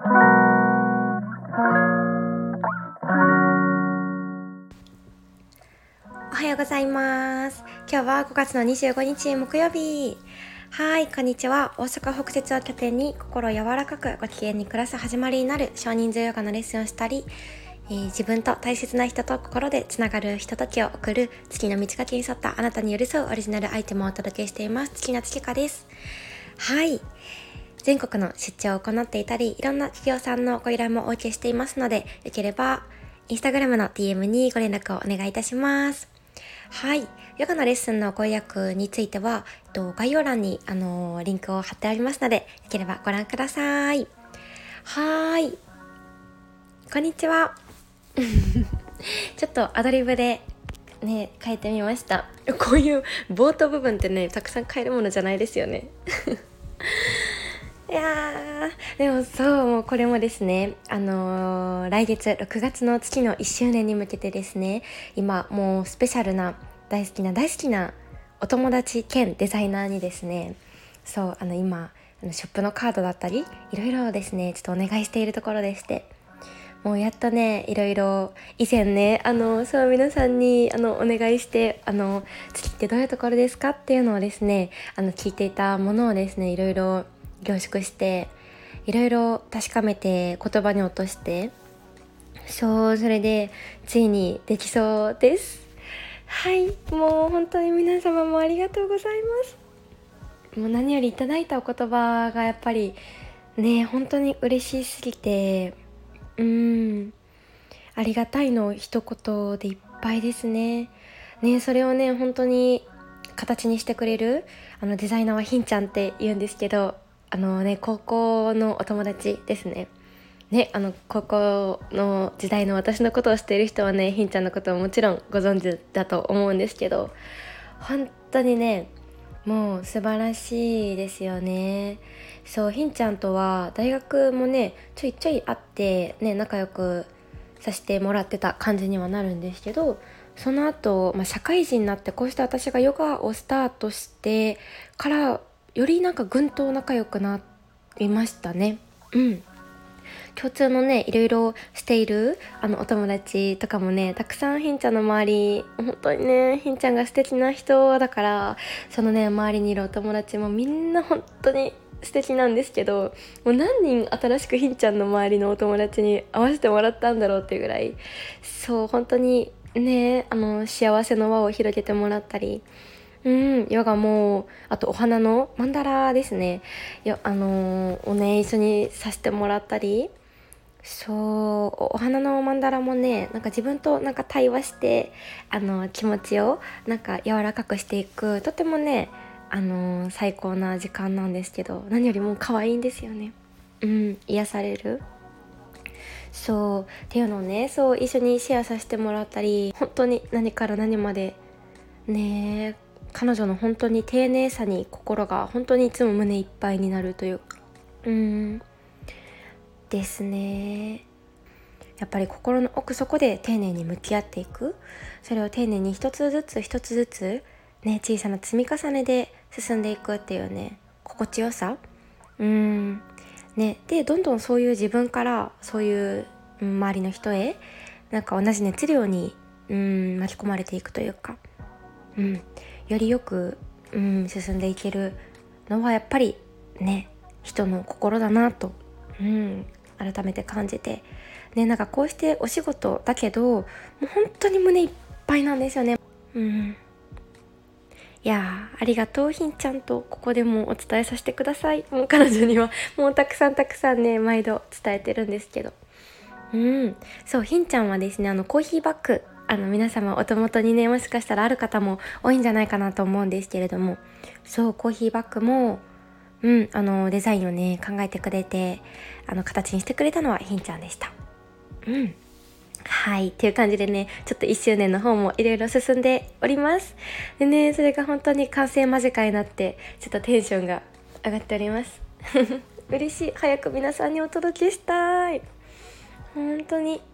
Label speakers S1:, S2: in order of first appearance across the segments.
S1: おはようございます。今日は5月の25日木曜日。はい、こんにちは。大阪北節を拠点に心柔らかくご機嫌に暮らす始まりになる少人数ヨガのレッスンをしたり、自分と大切な人と心でつながるひとときを送る月の満ち欠けに沿ったあなたに寄り添うオリジナルアイテムをお届けしています。月の月花です。はい。全国の出張を行っていたり、いろんな企業さんのご依頼もお受けしていますので、よければインスタグラムの DM にご連絡をお願いいたします。はい。ヨガのレッスンのご予約については、概要欄にリンクを貼ってありますので、よければご覧ください。はい。こんにちは。ちょっとアドリブでね、変えてみました。こういう冒頭部分ってね、たくさん変えるものじゃないですよね。いやでももうこれもですね、来月6月の月の1周年に向けてですね、今もうスペシャルな大好きなお友達兼デザイナーにですね、今ショップのカードだったりいろいろですね、ちょっとお願いしているところでして、もうやっとね、いろいろ以前ね、皆さんにお願いして、月ってどういうところですかっていうのをですね、聞いていたものをですね、いろいろ凝縮していろいろ確かめて言葉に落として、それでついにできそうです。はい、もう本当に皆様もありがとうございます。もう何よりいただいたお言葉がやっぱりね、本当に嬉しすぎて、ありがたいの一言でいっぱいですね。それをね、本当に形にしてくれるデザイナーはひんちゃんって言うんですけど、高校のお友達ですね。高校の時代の私のことを知っている人はね、ひんちゃんのことはもちろんご存知だと思うんですけど、本当にね、もう素晴らしいですよね。ひんちゃんとは大学もね、ちょいちょい会ってね、仲良くさせてもらってた感じにはなるんですけど、その後、社会人になってこうして私がヨガをスタートしてからよりなんかぐんと仲良くなりましたね。共通のね、いろいろしているお友達とかもね、たくさんひんちゃんの周り、本当にね、ひんちゃんが素敵な人だから、そのね、周りにいるお友達もみんな本当に素敵なんですけど、もう何人新しくひんちゃんの周りのお友達に会わせてもらったんだろうっていうぐらい、本当にね、幸せの輪を広げてもらったり、ヨガも、あとお花のマンダラですね。をね、一緒にさせてもらったり、お花のマンダラもね、なんか自分となんか対話して、気持ちをなんか柔らかくしていく、とてもね、最高な時間なんですけど、何よりも可愛いんですよね。癒される。っていうのをね、一緒にシェアさせてもらったり、本当に何から何までね、彼女の本当に丁寧さに心が本当にいつも胸いっぱいになるというか、ですね。やっぱり心の奥底で丁寧に向き合っていく、それを丁寧に一つずつね、小さな積み重ねで進んでいくっていうね、心地よさ、でどんどんそういう自分からそういう、周りの人へなんか同じ熱量に巻き込まれていくというか、よりよく、進んでいけるのはやっぱりね、人の心だなと、改めて感じて、なんかこうしてお仕事だけどもう本当に胸いっぱいなんですよね。いやありがとうひんちゃんと、ここでもお伝えさせてください。もう彼女にはもうたくさんね、毎度伝えてるんですけど、ひんちゃんはですね、コーヒーバッグ、皆様お手元にね、もしかしたらある方も多いんじゃないかなと思うんですけれども、コーヒーバッグもデザインをね、考えてくれて形にしてくれたのはひんちゃんでした。はいっていう感じでね、ちょっと1周年の方もいろいろ進んでおります。でね、それが本当に完成間近になってちょっとテンションが上がっております嬉しい。早く皆さんにお届けしたい、本当に。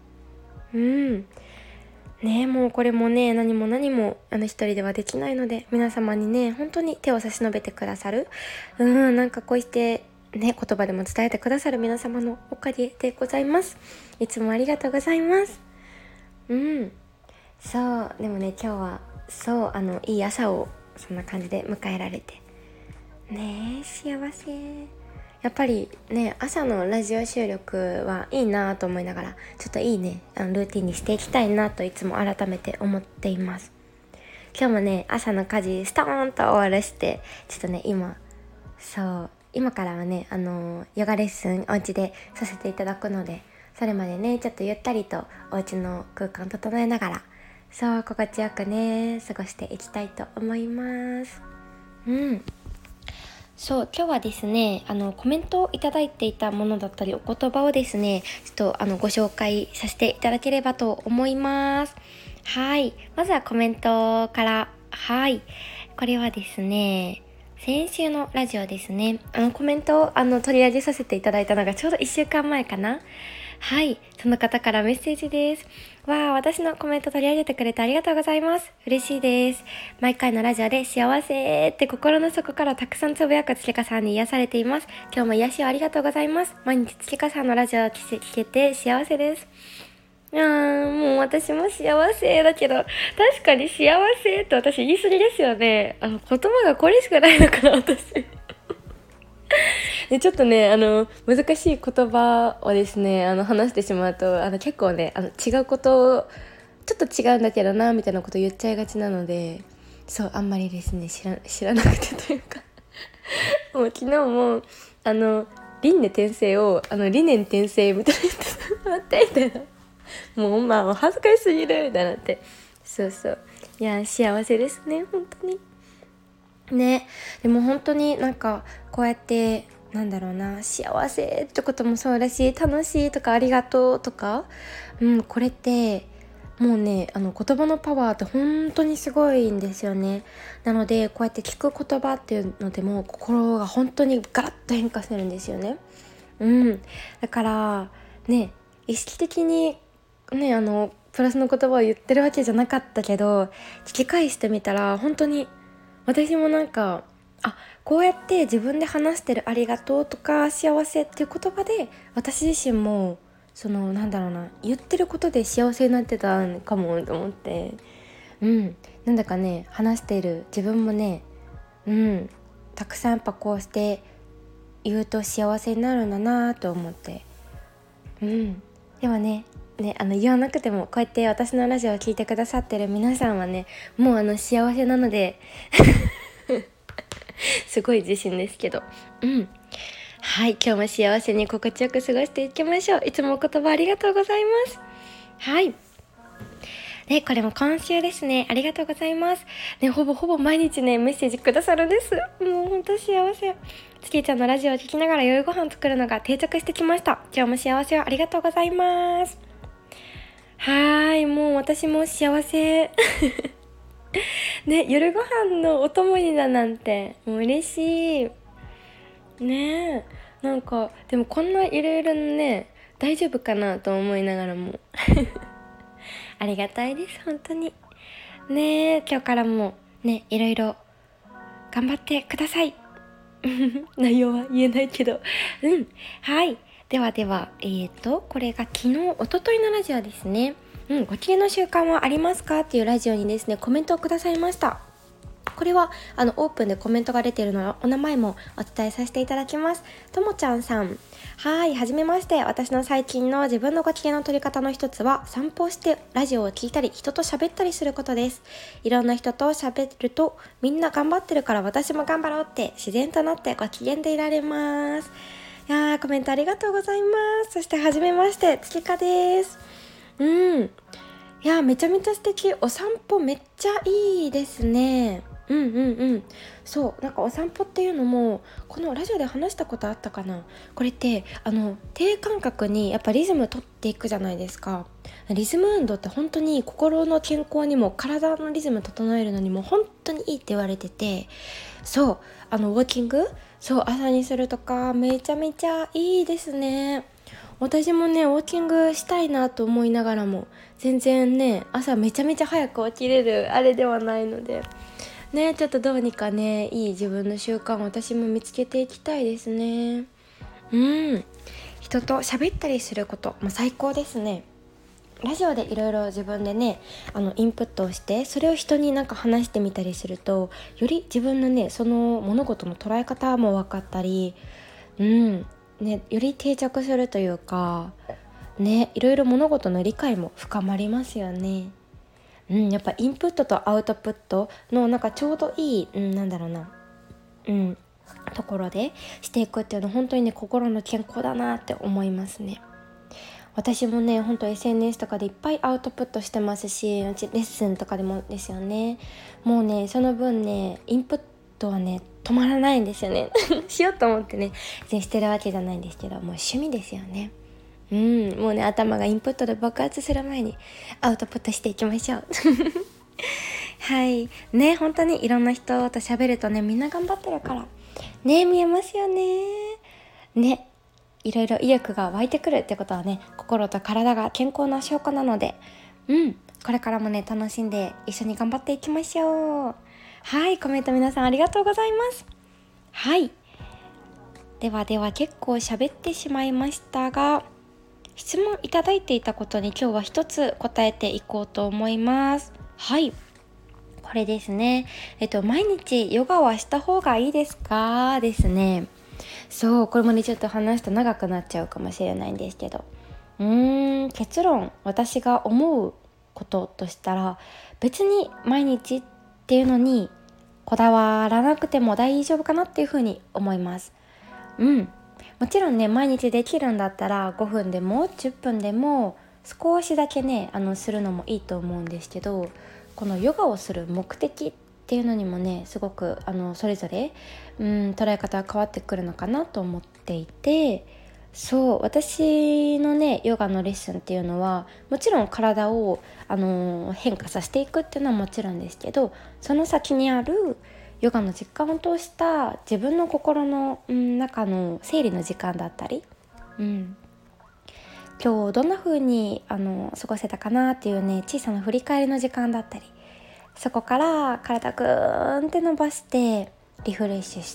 S1: もうこれもね、何も一人ではできないので、皆様にね、本当に手を差し伸べてくださる、なんかこうして言葉でも伝えてくださる皆様のおかげでございます。いつもありがとうございます。そうでもね、今日はいい朝をそんな感じで迎えられてね、幸せ。やっぱりね、朝のラジオ収録はいいなと思いながら、ちょっといいねルーティンにしていきたいなといつも改めて思っています。今日もね、朝の家事ストーンと終わらして、ちょっとね今からはねヨガレッスンお家でさせていただくので、それまでねちょっとゆったりとお家の空間整えながら、心地よくね過ごしていきたいと思います。今日はですねコメントをいただいていたものだったりお言葉をですねちょっとご紹介させていただければと思います。はい、まずはコメントから。はい、これはですね、先週のラジオですね、コメントを取り上げさせていただいたのがちょうど1週間前かな。はい、その方からメッセージです。私のコメント取り上げてくれてありがとうございます。嬉しいです。毎回のラジオで幸せって心の底からたくさんつぶやくつけかさんに癒されています。今日も癒しをありがとうございます。毎日つけかさんのラジオを聞けて幸せです。もう私も幸せだけど、確かに幸せって私言い過ぎですよね。言葉がこれしかないのかな、私。でちょっとね難しい言葉をですね話してしまうと結構ね違うことをちょっと違うんだけどなみたいなこと言っちゃいがちなので、あんまりですね知らなくてというかもう昨日も輪廻転生を理念転生みたいな言ってみたいな、もう恥ずかしすぎるみたいなって、いや幸せですね本当にね。でも本当にこうやって幸せってこともそうだし、楽しいとかありがとうとか、これってもうね言葉のパワーって本当にすごいんですよね。なのでこうやって聞く言葉っていうのでも心が本当にガラッと変化するんですよね。だからね、意識的にねプラスの言葉を言ってるわけじゃなかったけど、聞き返してみたら本当に私もこうやって自分で話してるありがとうとか幸せっていう言葉で私自身も言ってることで幸せになってたんかもと思って、なんだかね話している自分もねたくさんやっぱこうして言うと幸せになるんだなと思って、でもね言わなくてもこうやって私のラジオを聞いてくださってる皆さんはねもう幸せなのですごい自信ですけど、はい、今日も幸せに心地よく過ごしていきましょう。いつもお言葉ありがとうございます。はい。で、これも今週ですね。ありがとうございます。ね、ほぼ毎日ね、メッセージくださるんです。もう本当幸せ。つきちゃんのラジオを聞きながら夜ご飯作るのが定着してきました。今日も幸せをありがとうございます。もう私も幸せ。ね、夜ご飯のお供にだなんてもう嬉しいね。でもこんないろいろね大丈夫かなと思いながらもありがたいです本当にね。今日からもねいろいろ頑張ってください内容は言えないけどはい。ではこれが昨日一昨日のラジオですね。ご機嫌の習慣はありますかっていうラジオにですねコメントをくださいました。これはオープンでコメントが出ているのでお名前もお伝えさせていただきます。ともちゃんさん、はじめまして。私の最近の自分のご機嫌の取り方の一つは散歩をしてラジオを聞いたり人と喋ったりすることです。いろんな人と喋るとみんな頑張ってるから私も頑張ろうって自然となってご機嫌でいられます。いやーコメントありがとうございます。そしてはじめまして、つきかです。いやめちゃめちゃ素敵。お散歩めっちゃいいですね。そうお散歩っていうのもこのラジオで話したことあったかな。これって低感覚にやっぱリズム取っていくじゃないですか。リズム運動って本当に心の健康にも体のリズム整えるのにも本当にいいって言われてて、ウォーキング朝にするとかめちゃめちゃいいですね。私もねウォーキングしたいなと思いながらも全然ね朝めちゃめちゃ早く起きれるあれではないのでね、ちょっとどうにかねいい自分の習慣を私も見つけていきたいですね。 人と喋ったりすることも最高ですね。ラジオでいろいろ自分でねインプットをして、それを人に話してみたりすると、より自分のねその物事の捉え方も分かったり、より定着するというかね、いろいろ物事の理解も深まりますよね。やっぱインプットとアウトプットのちょうどいい、ところでしていくっていうのは本当にね心の健康だなって思いますね。私もね本当 SNS とかでいっぱいアウトプットしてますし、うちレッスンとかでもですよね。もうねその分ねインプットはね止まらないんですよねしようと思ってね全然してるわけじゃないんですけど、もう趣味ですよね。もうね頭がインプットで爆発する前にアウトプットしていきましょうはいね、本当にいろんな人と喋るとねみんな頑張ってるからね見えますよね。ね、いろいろ意欲が湧いてくるってことはね心と体が健康な証拠なので、これからもね楽しんで一緒に頑張っていきましょう。はい、コメント皆さんありがとうございます。はい、では結構喋ってしまいましたが、質問いただいていたことに今日は一つ答えていこうと思います。はい、これですね。毎日ヨガはした方がいいですかですね。そう、これもねちょっと話すと長くなっちゃうかもしれないんですけど、結論、私が思うこととしたら、別に毎日っていうのにこだわらなくても大丈夫かなっていうふうに思います。もちろんね毎日できるんだったら5分でも10分でも少しだけねするのもいいと思うんですけど、このヨガをする目的っていうのにもねすごくそれぞれ捉え方は変わってくるのかなと思っていて、そう私のねヨガのレッスンっていうのはもちろん体を変化させていくっていうのはもちろんですけど、その先にあるヨガの実感を通した自分の心の中の整理の時間だったり、今日どんな風に過ごせたかなっていうね小さな振り返りの時間だったり、そこから体ぐーんって伸ばしてリフレッシュして、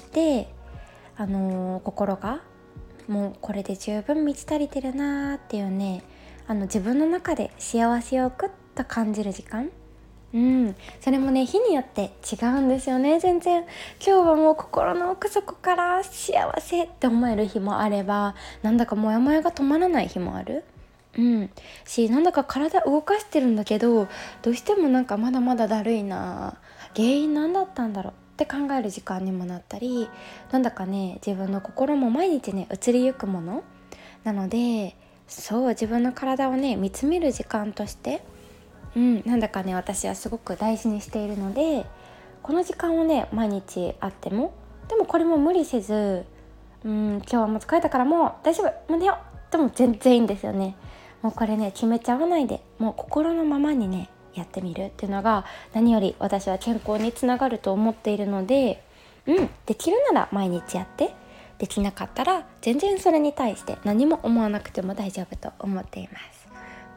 S1: 心がもうこれで十分満ち足りてるなーっていうね自分の中で幸せをぐっと感じる時間、それもね日によって違うんですよね。全然今日はもう心の奥底から幸せって思える日もあれば、なんだかモヤモヤが止まらない日もある。なんだか体動かしてるんだけどどうしてもまだまだだるいな、原因なんだったんだろうって考える時間にもなったり、なんだかね自分の心も毎日ね移りゆくものなので、そう自分の体をね見つめる時間としてなんだかね私はすごく大事にしているので、この時間をね毎日あっても、でもこれも無理せず今日はもう疲れたからもう大丈夫もう寝ようでも全然いいんですよね。もうこれね決めちゃわないで、もう心のままにねやってみるっていうのが何より私は健康につながると思っているので、できるなら毎日やって、できなかったら全然それに対して何も思わなくても大丈夫と思っています。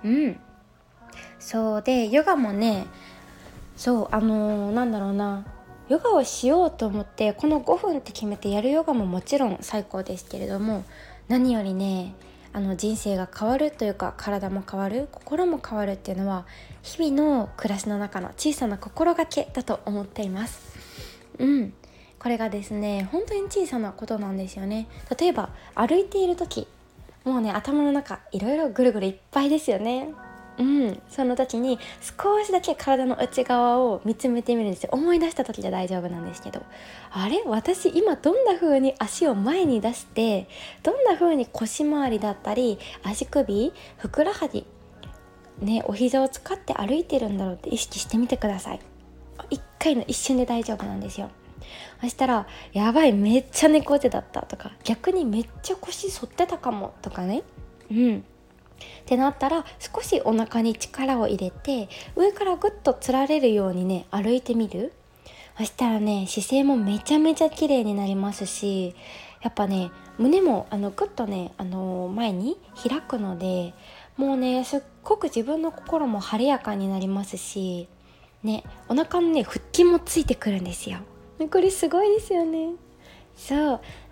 S1: そうでヨガもね、そうヨガをしようと思ってこの5分って決めてやるヨガももちろん最高ですけれども、何よりね人生が変わるというか、体も変わる心も変わるっていうのは日々の暮らしの中の小さな心がけだと思っています。これがですね本当に小さなことなんですよね。例えば歩いている時、もうね頭の中いろいろぐるぐるいっぱいですよね。その時に少しだけ体の内側を見つめてみるんですよ。思い出した時で大丈夫なんですけど、あれ私今どんな風に足を前に出して、どんな風に腰回りだったり足首ふくらはぎねお膝を使って歩いてるんだろうって意識してみてください。一回の一瞬で大丈夫なんですよ。そしたらやばいめっちゃ猫背だったとか、逆にめっちゃ腰反ってたかもとかね、ってなったら少しお腹に力を入れて上からぐっとつられるようにね歩いてみる。そしたらね姿勢もめちゃめちゃ綺麗になりますし、やっぱね胸もぐっとね前に開くので、もうねすっごく自分の心も晴れやかになりますしね、お腹のね腹筋もついてくるんですよ。これすごいですよね。そう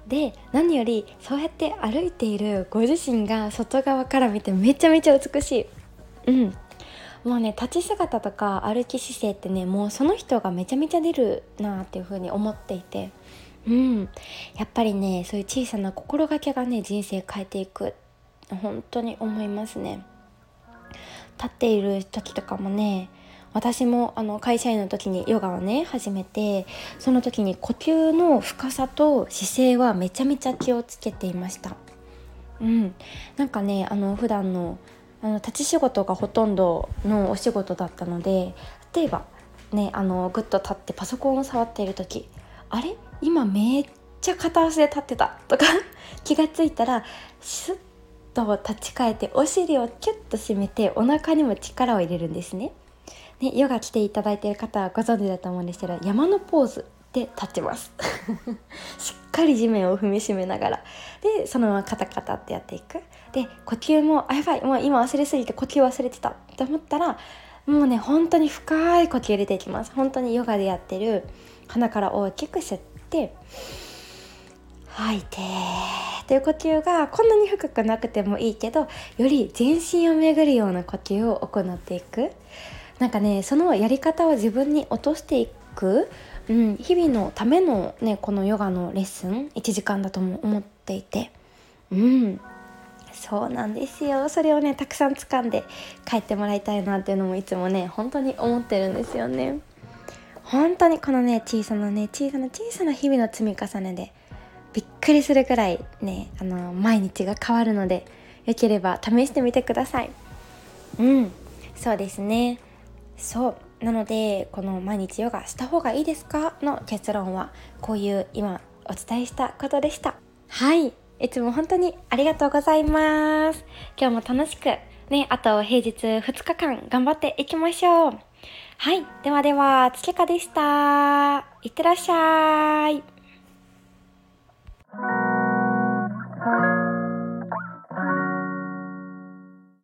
S1: で何よりそうやって歩いているご自身が外側から見てめちゃめちゃ美しい。もうね、立ち姿とか歩き姿勢ってね、もうその人がめちゃめちゃ出るなっていう風に思っていて、やっぱりね、そういう小さな心がけがね、人生変えていく、本当に思いますね。立っている時とかもね、私も会社員の時にヨガをね始めて、その時に呼吸の深さと姿勢はめちゃめちゃ気をつけていました。なんかね、普段の立ち仕事がほとんどのお仕事だったので、例えばね、ぐっと立ってパソコンを触っている時、あれ今めっちゃ片足で立ってたとか気がついたらスッと立ち返ってお尻をキュッと締めてお腹にも力を入れるんですね。ヨガ来ていただいている方はご存知だと思うんですけど、山のポーズで立ってますしっかり地面を踏みしめながら、でそのままカタカタってやっていく。で呼吸もやばい、もう今忘れすぎて呼吸忘れてたと思ったら、もうね本当に深い呼吸入れていきます。本当にヨガでやってる鼻から大きく吸って吐いてという呼吸がこんなに深くなくてもいいけど、より全身を巡るような呼吸を行っていく。なんかね、そのやり方を自分に落としていく、日々のためのね、このヨガのレッスン1時間だとも思っていて、そうなんですよ。それをねたくさん掴んで帰ってもらいたいなっていうのもいつもね本当に思ってるんですよね。本当にこのね小さな日々の積み重ねでびっくりするくらいね、毎日が変わるので、よければ試してみてください。そうですね。そうなので、この毎日ヨガした方がいいですかの結論はこういう今お伝えしたことでした。はい、いつも本当にありがとうございます。今日も楽しくね、あと平日2日間頑張っていきましょう。はい、ではでは、つけかでした。いってらっしゃい。